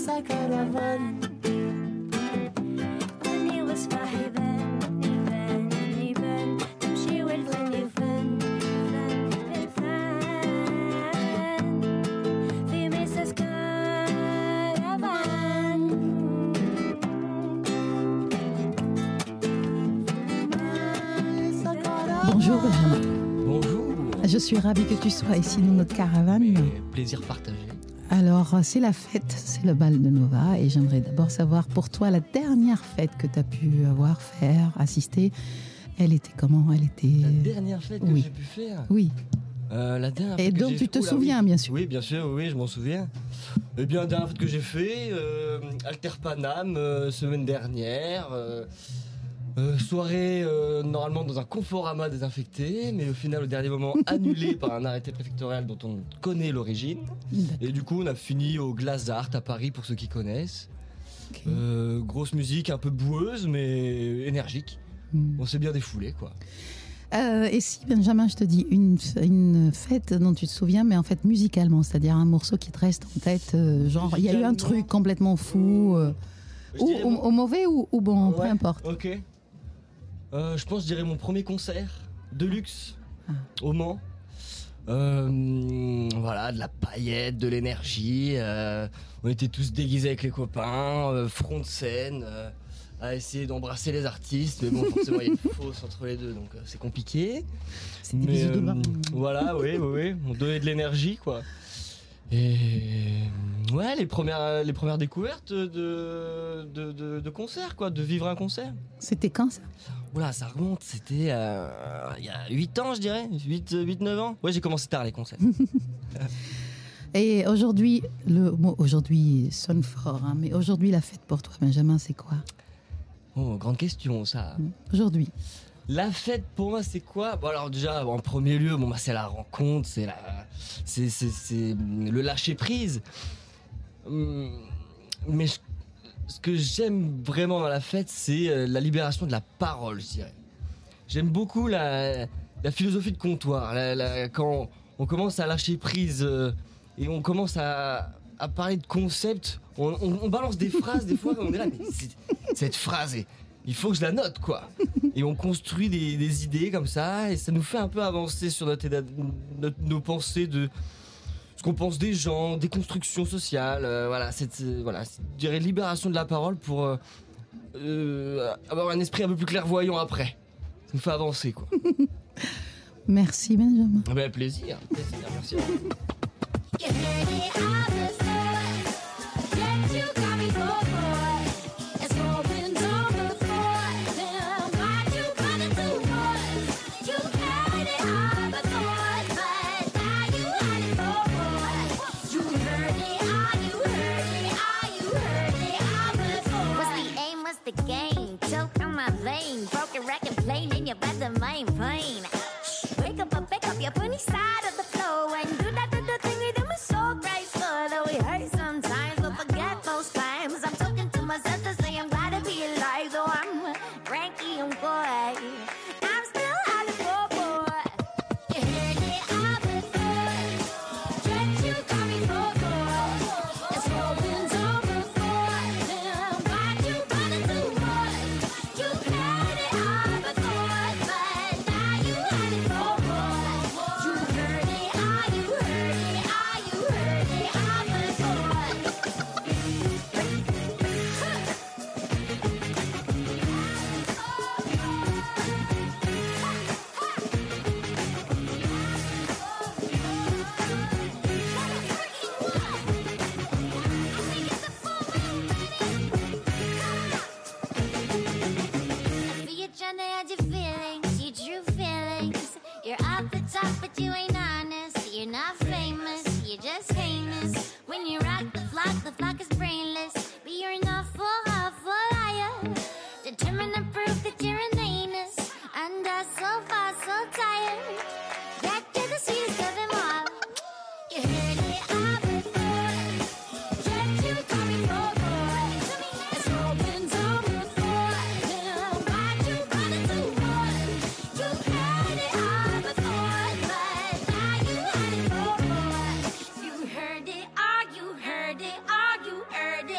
كرفان غني واصبح يبان يبان يبان تمشي والفن يفن فن الفن في مساس كرفان. Bonjour Benjamin. Bonjour. Je suis ravie que tu sois ici dans notre caravane. Mais plaisir partagé. Alors, c'est la fête, c'est le bal de Nova et j'aimerais d'abord savoir pour toi la dernière fête que tu as pu voir, faire, assister. Elle était comment? Elle était... La dernière fête que j'ai pu faire. Oui. La dernière Et fête donc que tu te souviens, bien sûr. Oui, bien sûr, oui, je m'en souviens. Eh bien, la dernière fête que j'ai fait, Alter Paname, semaine dernière. Soirée normalement dans un Conforama désinfecté, mais au final au dernier moment annulé par un arrêté préfectoral dont on connaît l'origine. Et du coup on a fini au Glazart à Paris pour ceux qui connaissent. Okay. Grosse musique un peu boueuse mais énergique. On s'est bien défoulé quoi. Et si Benjamin, je te dis une fête dont tu te souviens, mais en fait musicalement, c'est-à-dire un morceau qui te reste en tête, genre il y a eu un truc complètement fou, au mauvais ou bon, peu importe. Ok. Je pense que je dirais mon premier concert de luxe au Mans. Voilà, de la paillette, de l'énergie. On était tous déguisés avec les copains, front de scène, à essayer d'embrasser les artistes. Mais bon, forcément, il y a une fosse entre les deux, donc c'est compliqué. C'est des bisous de bain. Voilà, oui. On donnait de l'énergie, quoi. Et ouais, les premières découvertes de concerts, quoi, de vivre un concert. C'était quand ça? Oula, ça remonte, c'était il y a 8 ans, je dirais, 8-9 ans. Ouais, j'ai commencé tard les concerts. Et aujourd'hui, le mot aujourd'hui sonne fort, hein, mais aujourd'hui la fête pour toi, Benjamin, c'est quoi? Oh, grande question, ça. Aujourd'hui. La fête pour moi c'est quoi? Bon alors déjà en premier lieu c'est la rencontre, c'est le lâcher prise. Mais ce que j'aime vraiment dans la fête c'est la libération de la parole, je dirais. J'aime beaucoup la philosophie de comptoir, quand on commence à lâcher prise et on commence à parler de concepts, on balance des phrases des fois on est là mais cette phrase il faut que je la note quoi. Et on construit des idées comme ça et ça nous fait un peu avancer sur nos pensées de ce qu'on pense des gens, des constructions sociales. Voilà, je dirais libération de la parole pour avoir un esprit un peu plus clairvoyant après. Ça nous fait avancer quoi. Merci Benjamin. Ben, plaisir, merci. Your funny side of the flow and do that thing you do me so graceful. Though it hurts sometimes, but forget most times. I'm talking to myself to say I'm glad to be alive. Though I'm cranky and boy, I'm still Hollywood boy. You heard it all before. Can't you call me for boy? It's hoping's over for them. Why you gotta do more? You heard it all before, but now you had it for more. But you ain't honest, you're not famous, you're just heinous. When you rock the flock is brainless. But you're enough for half a liar. Determined to prove that you're an anus. And so far, so tired. That you're the sweetest of them all. You heard it all before. Can't you call me for boy? It's hoping's over for them. Why you gotta do more? You heard it all before, but now you had it for more. You heard it all, you heard it all, you heard it.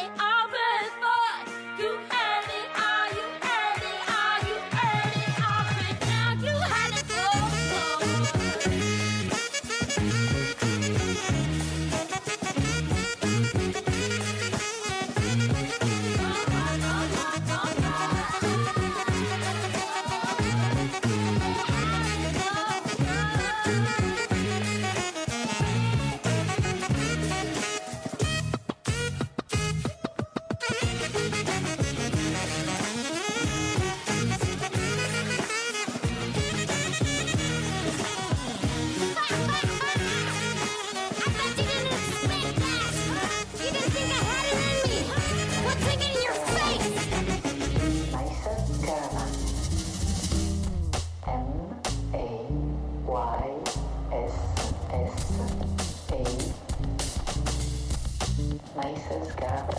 Maïsas Garde.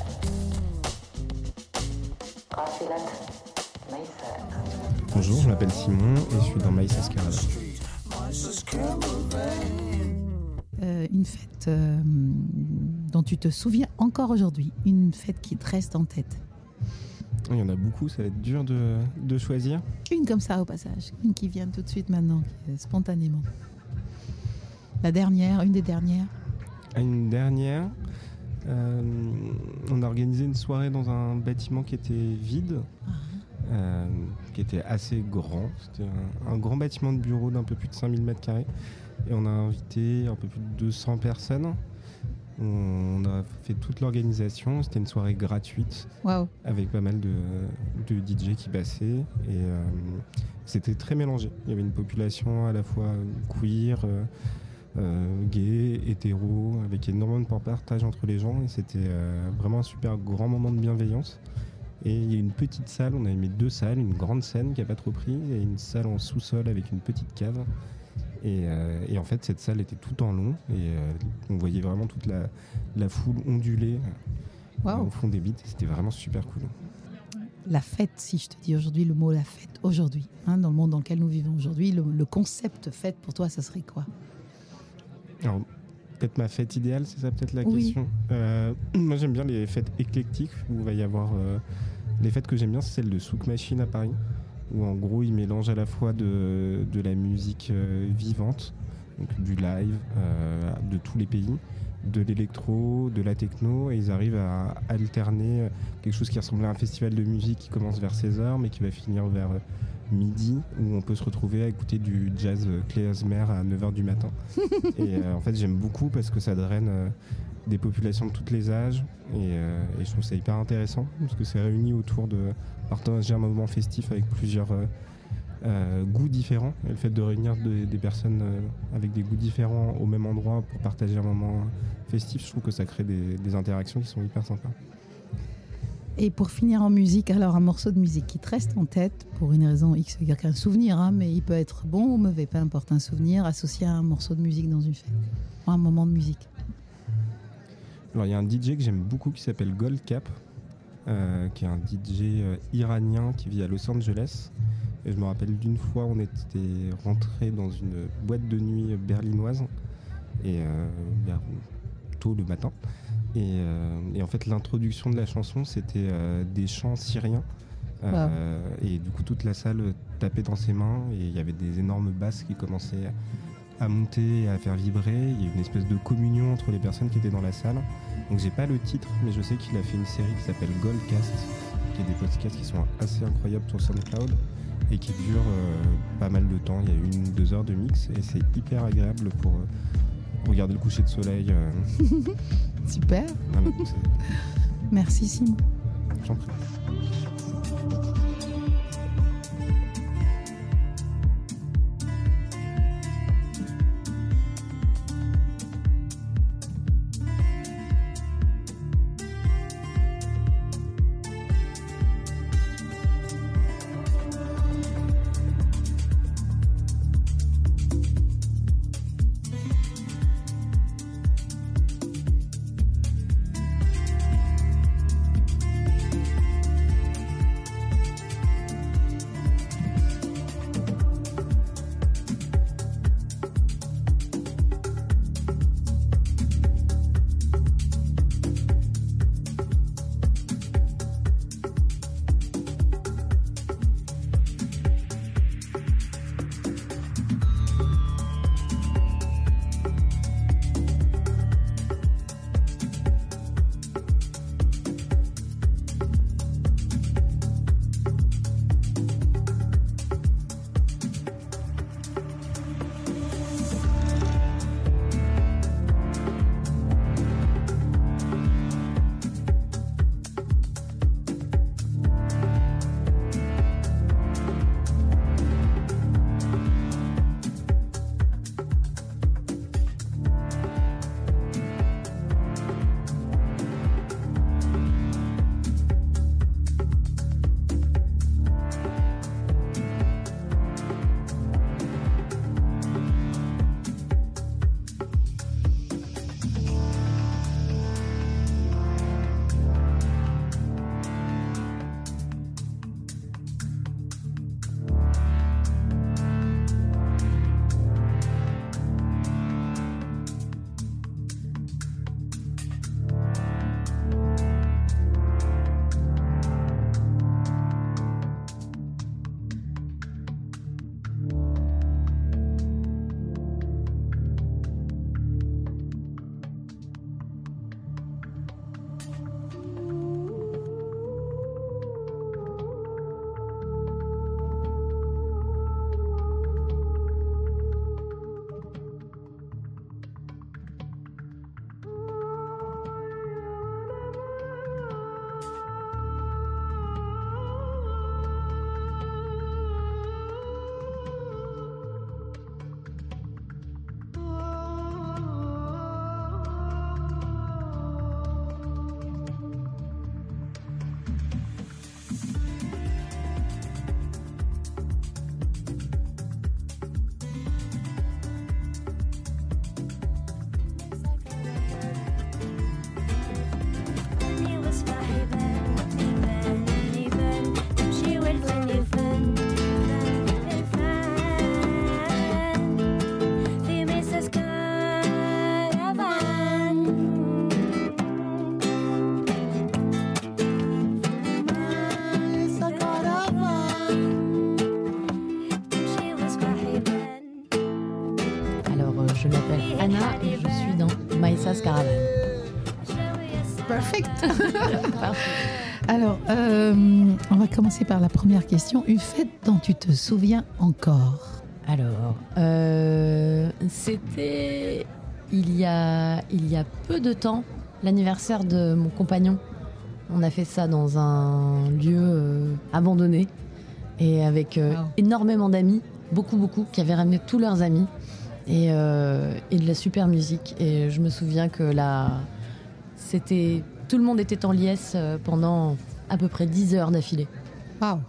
Qafilat Maïsas. Bonjour, je m'appelle Simon et je suis dans Maïsas Garde. Une fête dont tu te souviens encore aujourd'hui, une fête qui te reste en tête. Il y en a beaucoup, ça va être dur de choisir. Une comme ça au passage, une qui vient tout de suite maintenant, spontanément. La dernière, une des dernières. Une dernière, on a organisé une soirée dans un bâtiment qui était vide, qui était assez grand. C'était un grand bâtiment de bureau d'un peu plus de 5000 m². Et on a invité un peu plus de 200 personnes. On a fait toute l'organisation. C'était une soirée gratuite, Waouh. avec pas mal de DJ qui passaient. Et c'était très mélangé. Il y avait une population à la fois queer, gay, hétéro, avec énormément de partage entre les gens. Et c'était vraiment un super grand moment de bienveillance. Et il y a une petite salle, on avait mis 2 salles, une grande scène qui n'a pas trop pris, et une salle en sous-sol avec une petite cave. Et en fait, cette salle était tout en long, et on voyait vraiment toute la foule onduler au fond des beats. C'était vraiment super cool. La fête, si je te dis aujourd'hui le mot la fête, aujourd'hui, dans le monde dans lequel nous vivons aujourd'hui, le concept fête pour toi, ça serait quoi? Alors, peut-être ma fête idéale, c'est ça peut-être la Oui. question. Moi, j'aime bien les fêtes éclectiques, où il va y avoir... les fêtes que j'aime bien, c'est celle de Souk Machine à Paris, où en gros, ils mélangent à la fois de la musique vivante, donc du live de tous les pays, de l'électro, de la techno, et ils arrivent à alterner quelque chose qui ressemble à un festival de musique qui commence vers 16h, mais qui va finir vers midi, où on peut se retrouver à écouter du jazz klezmer à 9h du matin. Et en fait, j'aime beaucoup parce que ça draine des populations de tous les âges, et je trouve ça hyper intéressant, parce que c'est réuni autour de partager un moment festif avec plusieurs goûts différents, et le fait de réunir des personnes avec des goûts différents au même endroit pour partager un moment festif, je trouve que ça crée des interactions qui sont hyper sympas. Et pour finir en musique, alors un morceau de musique qui te reste en tête pour une raison X, il y a qu'un souvenir, mais il peut être bon ou mauvais, peu importe, un souvenir associé à un morceau de musique dans une fête, ou un moment de musique. Alors il y a un DJ que j'aime beaucoup qui s'appelle Gold Cap, qui est un DJ iranien qui vit à Los Angeles. Et je me rappelle d'une fois, on était rentré dans une boîte de nuit berlinoise, et tôt le matin. Et en fait, l'introduction de la chanson, c'était des chants syriens. Et du coup, toute la salle tapait dans ses mains, et il y avait des énormes basses qui commençaient à monter et à faire vibrer. Il y a une espèce de communion entre les personnes qui étaient dans la salle. Donc j'ai pas le titre, mais je sais qu'il a fait une série qui s'appelle Goldcast, qui est des podcasts qui sont assez incroyables sur SoundCloud et qui durent pas mal de temps. Il y a 1 ou 2 heures de mix, et c'est hyper agréable pour regarder le coucher de soleil. Super. Voilà, Merci Simon. j'en prie. Danse Caravane. Perfect. Parfait. Alors, on va commencer par la première question. Une fête dont tu te souviens encore? Alors, c'était il y a peu de temps, l'anniversaire de mon compagnon. On a fait ça dans un lieu abandonné et avec énormément d'amis, beaucoup, qui avaient ramené tous leurs amis et de la super musique. Et je me souviens que là, tout le monde était en liesse pendant à peu près 10 heures d'affilée. Waouh.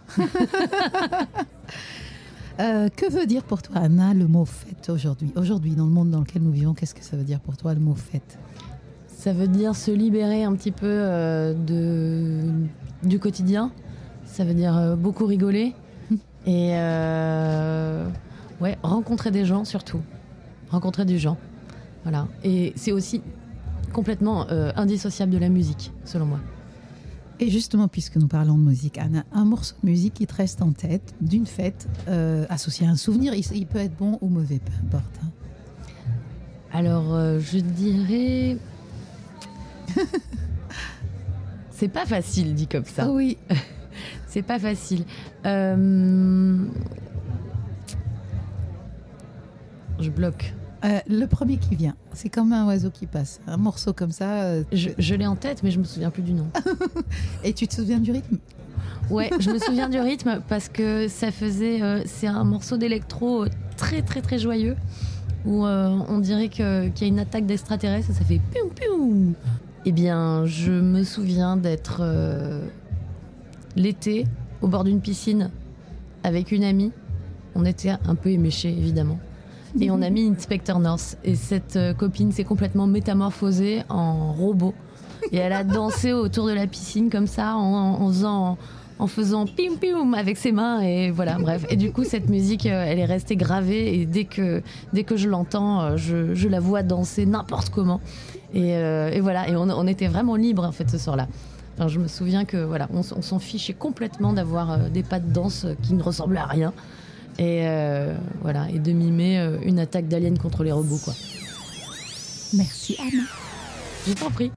Que veut dire pour toi, Anna, le mot fête aujourd'hui? Aujourd'hui, dans le monde dans lequel nous vivons, qu'est-ce que ça veut dire pour toi, le mot fête? Ça veut dire se libérer un petit peu du quotidien. Ça veut dire beaucoup rigoler. Et rencontrer des gens surtout. Rencontrer des gens. Voilà. Et c'est aussi complètement indissociable de la musique, selon moi. Et justement, puisque nous parlons de musique, Anna, un morceau de musique qui te reste en tête d'une fête associé à un souvenir, il peut être bon ou mauvais, peu importe. Hein. Alors, je dirais... C'est pas facile, dit comme ça. Oui. C'est pas facile. Je bloque. Le premier qui vient, c'est comme un oiseau qui passe. Un morceau comme ça. Je l'ai en tête, mais je me souviens plus du nom. Et tu te souviens du rythme? Ouais, je me souviens du rythme parce que ça faisait. C'est un morceau d'électro très très très joyeux où on dirait qu'il y a une attaque d'extraterrestres et ça fait piou piou. Eh bien, je me souviens d'être l'été au bord d'une piscine avec une amie. On était un peu éméchés, évidemment. Et on a mis Inspector North. Et cette copine s'est complètement métamorphosée en robot. Et elle a dansé autour de la piscine comme ça, en faisant pim pim avec ses mains. Et voilà, bref. Et du coup, cette musique, elle est restée gravée. Et dès que je l'entends, je la vois danser n'importe comment. Et voilà. Et on était vraiment libres, en fait, ce soir-là. Enfin, je me souviens que voilà, on s'en fichait complètement d'avoir des pas de danse qui ne ressemblaient à rien. Et voilà, et de mimer une attaque d'aliens contre les robots, quoi. Merci, Anna. Je t'en prie.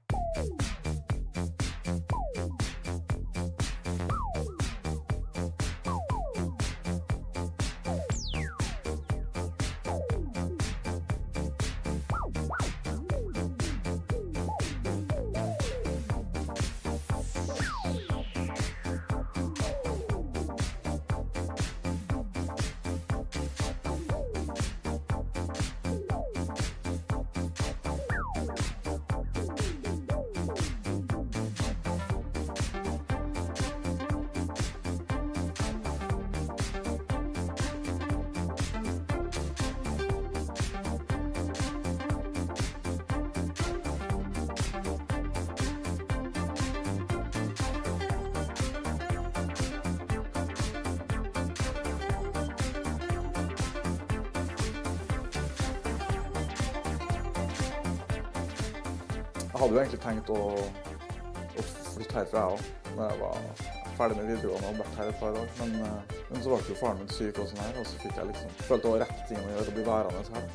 Jeg hadde jo egentlig tenkt å flytte herfra jeg også, når jeg var ferdig med videregående og vært her et par år. Men så ble jo faren min syk og sånn her, og så fikk jeg liksom følt det var rett ting å gjøre å bli værende her.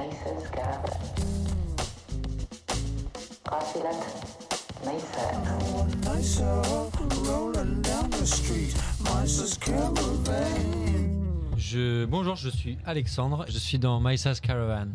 ميساس كارفان قافلة ميساس Bonjour, je suis Alexandre, je suis dans Maïsa's Caravan.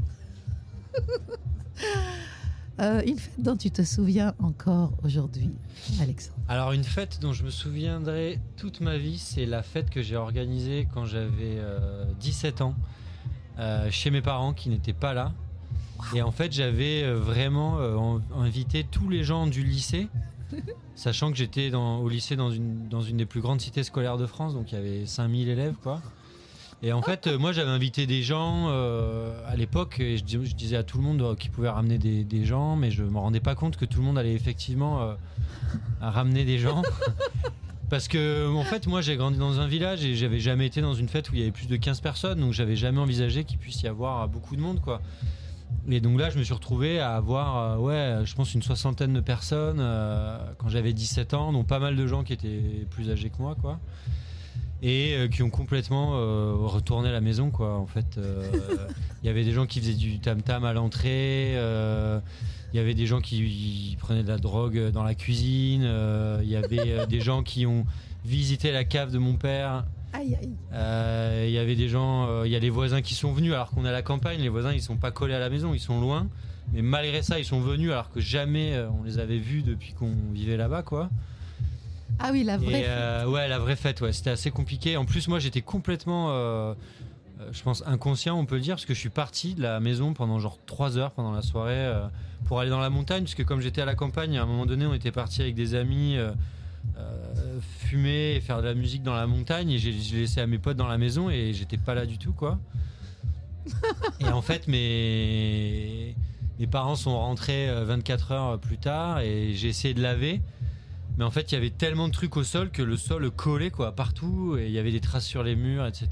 Une fête dont tu te souviens encore aujourd'hui, Alexandre. Alors une fête dont je me souviendrai toute ma vie, c'est la fête que j'ai organisée quand j'avais 17 ans chez mes parents qui n'étaient pas là. Et en fait j'avais vraiment invité tous les gens du lycée, sachant que j'étais au lycée dans une des plus grandes cités scolaires de France, donc il y avait 5000 élèves quoi. Et en fait, moi j'avais invité des gens à l'époque et je disais à tout le monde qu'ils pouvaient ramener des gens, mais je me rendais pas compte que tout le monde allait effectivement ramener des gens. Parce que en fait, moi j'ai grandi dans un village et j'avais jamais été dans une fête où il y avait plus de 15 personnes, donc j'avais jamais envisagé qu'il puisse y avoir beaucoup de monde quoi. Et donc là, je me suis retrouvé à avoir, je pense une 60aine de personnes quand j'avais 17 ans, dont pas mal de gens qui étaient plus âgés que moi quoi. Et qui ont complètement retourné la maison quoi. En fait il y avait des gens qui faisaient du tam-tam à l'entrée, il y avait des gens qui prenaient de la drogue dans la cuisine, il y avait des gens qui ont visité la cave de mon père. Aïe aïe. Il y avait des gens, il y a les voisins qui sont venus alors qu'on est à la campagne, les voisins ils sont pas collés à la maison, ils sont loin, mais malgré ça ils sont venus alors que jamais on les avait vus depuis qu'on vivait là-bas quoi. Ah oui, la vraie fête. Ouais, la vraie fête, ouais. C'était assez compliqué. En plus, moi, j'étais complètement, je pense, inconscient, on peut le dire, parce que je suis parti de la maison pendant genre 3 heures pendant la soirée pour aller dans la montagne, parce que comme j'étais à la campagne, à un moment donné, on était parti avec des amis fumer et faire de la musique dans la montagne, et j'ai laissé à mes potes dans la maison et j'étais pas là du tout, quoi. Et en fait, mes parents sont rentrés 24 heures plus tard et j'ai essayé de laver. Mais en fait, il y avait tellement de trucs au sol que le sol collait quoi, partout. Et il y avait des traces sur les murs, etc.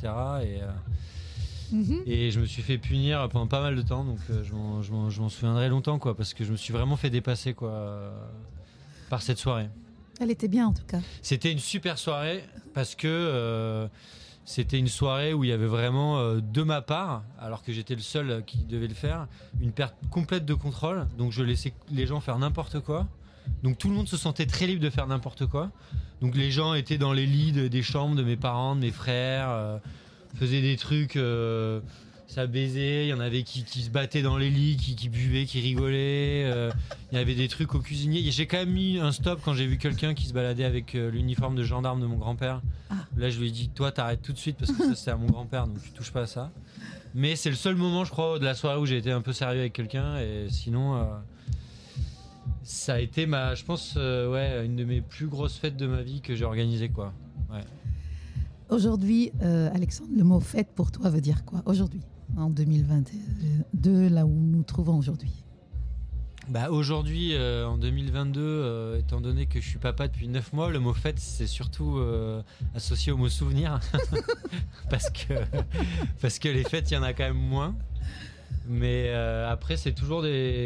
Et je me suis fait punir pendant pas mal de temps. Donc je m'en souviendrai longtemps quoi, parce que je me suis vraiment fait dépasser quoi, par cette soirée. Elle était bien en tout cas. C'était une super soirée parce que c'était une soirée où il y avait vraiment de ma part, alors que j'étais le seul qui devait le faire, une perte complète de contrôle. Donc je laissais les gens faire n'importe quoi. Donc tout le monde se sentait très libre de faire n'importe quoi. Donc les gens étaient dans les lits des chambres de mes parents, de mes frères, faisaient des trucs, ça baisait. Il y en avait qui se battaient dans les lits, qui buvaient, qui rigolaient. Il y avait des trucs au cuisinier. Et j'ai quand même mis un stop quand j'ai vu quelqu'un qui se baladait avec l'uniforme de gendarme de mon grand-père. Là je lui ai dit, toi t'arrêtes tout de suite parce que ça c'est à mon grand-père, donc tu touches pas à ça. Mais c'est le seul moment je crois de la soirée où j'ai été un peu sérieux avec quelqu'un, et sinon... ça a été je pense, une de mes plus grosses fêtes de ma vie que j'ai organisée, quoi. Ouais. Aujourd'hui, Alexandre, le mot fête pour toi veut dire quoi aujourd'hui, en 2022, là où nous nous trouvons aujourd'hui? Aujourd'hui, en 2022, étant donné que je suis papa depuis 9 mois, le mot fête, c'est surtout associé au mot souvenir. parce que les fêtes, il y en a quand même moins. Mais après, c'est toujours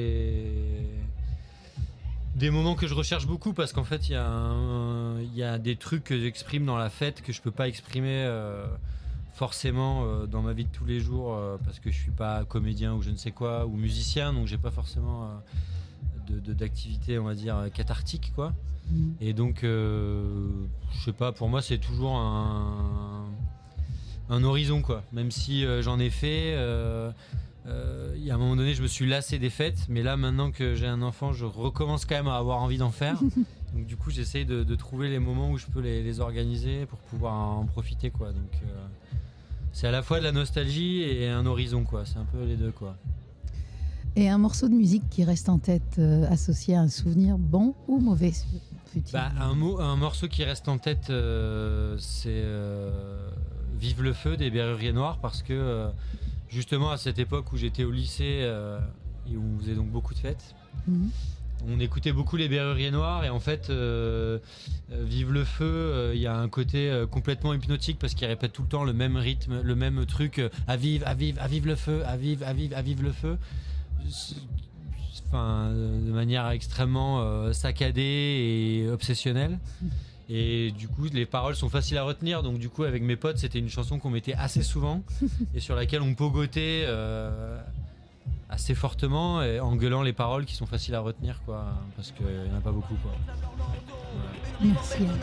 des moments que je recherche beaucoup, parce qu'en fait il y a des trucs que j'exprime dans la fête que je peux pas exprimer forcément dans ma vie de tous les jours, parce que je suis pas comédien ou je ne sais quoi, ou musicien, donc j'ai pas forcément d'activité on va dire cathartique quoi. Et donc je sais pas, pour moi c'est toujours un horizon quoi, même si j'en ai fait. Il y a un moment donné je me suis lassé des fêtes, mais là maintenant que j'ai un enfant je recommence quand même à avoir envie d'en faire. Donc du coup j'essaye de trouver les moments où je peux les organiser pour pouvoir en profiter quoi. Donc c'est à la fois de la nostalgie et un horizon quoi, c'est un peu les deux quoi. Et un morceau de musique qui reste en tête associé à un souvenir bon ou mauvais? Un morceau qui reste en tête c'est Vive le feu des Berruriers Noirs, parce que justement à cette époque où j'étais au lycée et où on faisait donc beaucoup de fêtes, on écoutait beaucoup les Berruriers Noirs, et en fait Vive le feu, il y a un côté complètement hypnotique parce qu'ils répètent tout le temps le même rythme, le même truc, à vive le feu, à vive le feu, enfin de manière extrêmement saccadée et obsessionnelle. Et du coup les paroles sont faciles à retenir, donc du coup avec mes potes c'était une chanson qu'on mettait assez souvent et sur laquelle on pogotait assez fortement et en gueulant les paroles qui sont faciles à retenir, quoi, parce qu'il n'y en a pas beaucoup, quoi. Merci. Une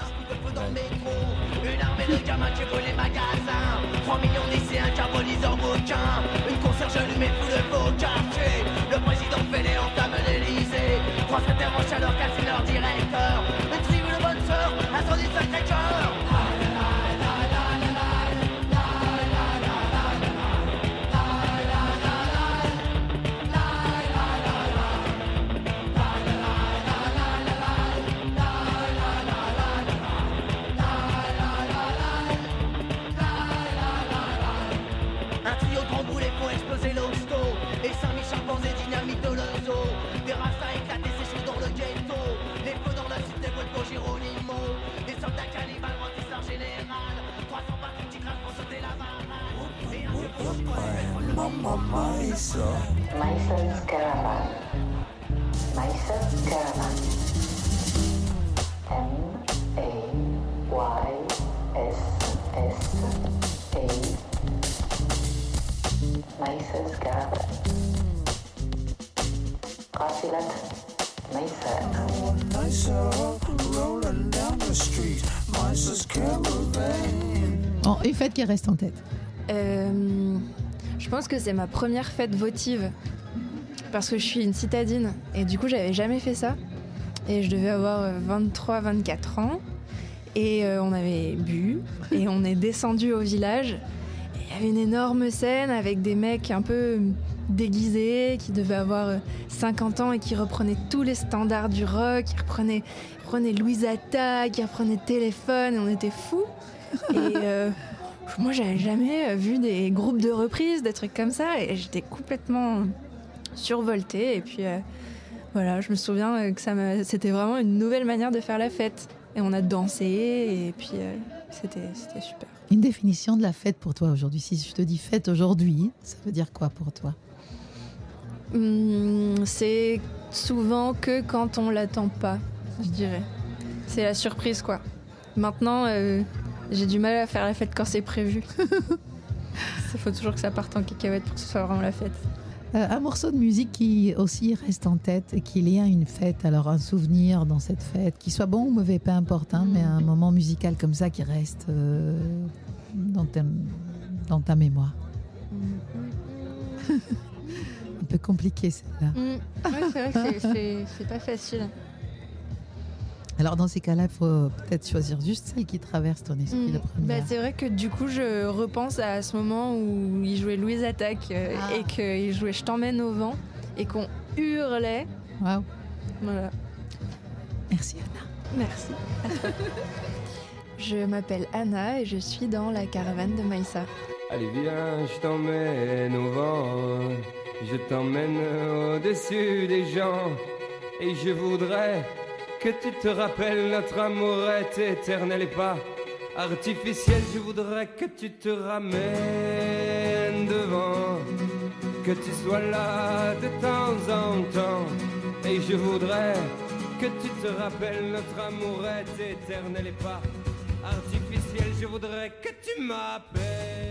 armée de gamins qui brûlent les magasins. 3 millions de lycéens diabolisent en bouquin. Une concierge allumée fout le beau quartier. Le président fêlé entame l'Elysée. 3 secrétaires en chaleur cassent leur directeur. Une tribu de bonnes sœurs, incendie Sacré-Cœur. Un trio de grands boulets pour exploser l'hosto. Et 5000 chimpanzés dynamite de l'ozo. Des rastas éclatés séchés dans le ghetto. Les feux dans la cité Volpo Geronimo. Des soldats cannibales rendissent leur général. 300 patrouilles qui grimpent pour sauter la barrage. Et un Maisa's Caravan. Maisa's Caravan. M-A-Y-S-S-A. Maisa's Caravan. قافلة ميساء. Bon, une fête qui reste en tête. Je pense que c'est ma première fête votive parce que je suis une citadine et du coup j'avais jamais fait ça et je devais avoir 23-24 ans et on avait bu et on est descendu au village et il y avait une énorme scène avec des mecs un peu déguisés qui devaient avoir 50 ans et qui reprenaient tous les standards du rock, qui reprenaient Louise Attaque, qui reprenaient Téléphone et on était fous et moi j'avais jamais vu des groupes de reprises, des trucs comme ça et j'étais complètement survoltée et puis voilà, je me souviens que c'était vraiment une nouvelle manière de faire la fête et on a dansé et puis c'était super. Une définition de la fête pour toi aujourd'hui. Si je te dis fête aujourd'hui, ça veut dire quoi pour toi ? C'est souvent que quand on l'attend pas, je dirais. C'est la surprise, quoi. Maintenant, j'ai du mal à faire la fête quand c'est prévu. Il faut toujours que ça parte en cacahuète pour que ce soit vraiment la fête. Un morceau de musique qui aussi reste en tête et qu'il y a une fête, alors un souvenir dans cette fête, qu'il soit bon ou mauvais, peu importe, hein, mais un moment musical comme ça qui reste dans ta mémoire. Un peu compliqué celle-là. Ouais, c'est vrai que c'est pas facile. Alors dans ces cas-là, il faut peut-être choisir juste celle qui traverse ton esprit la première. C'est vrai que du coup, je repense à ce moment où il jouait Louise Attaque et qu'il jouait Je t'emmène au vent et qu'on hurlait. Waouh. Voilà. Merci Anna. Merci. Je m'appelle Anna et je suis dans la caravane de Maïssa. Allez viens, je t'emmène au vent, je t'emmène au-dessus des gens et je voudrais que tu te rappelles, notre amour est éternel et pas artificiel. Je voudrais que tu te ramènes devant, que tu sois là de temps en temps. Et je voudrais que tu te rappelles, notre amour est éternel et pas artificiel. Je voudrais que tu m'appelles.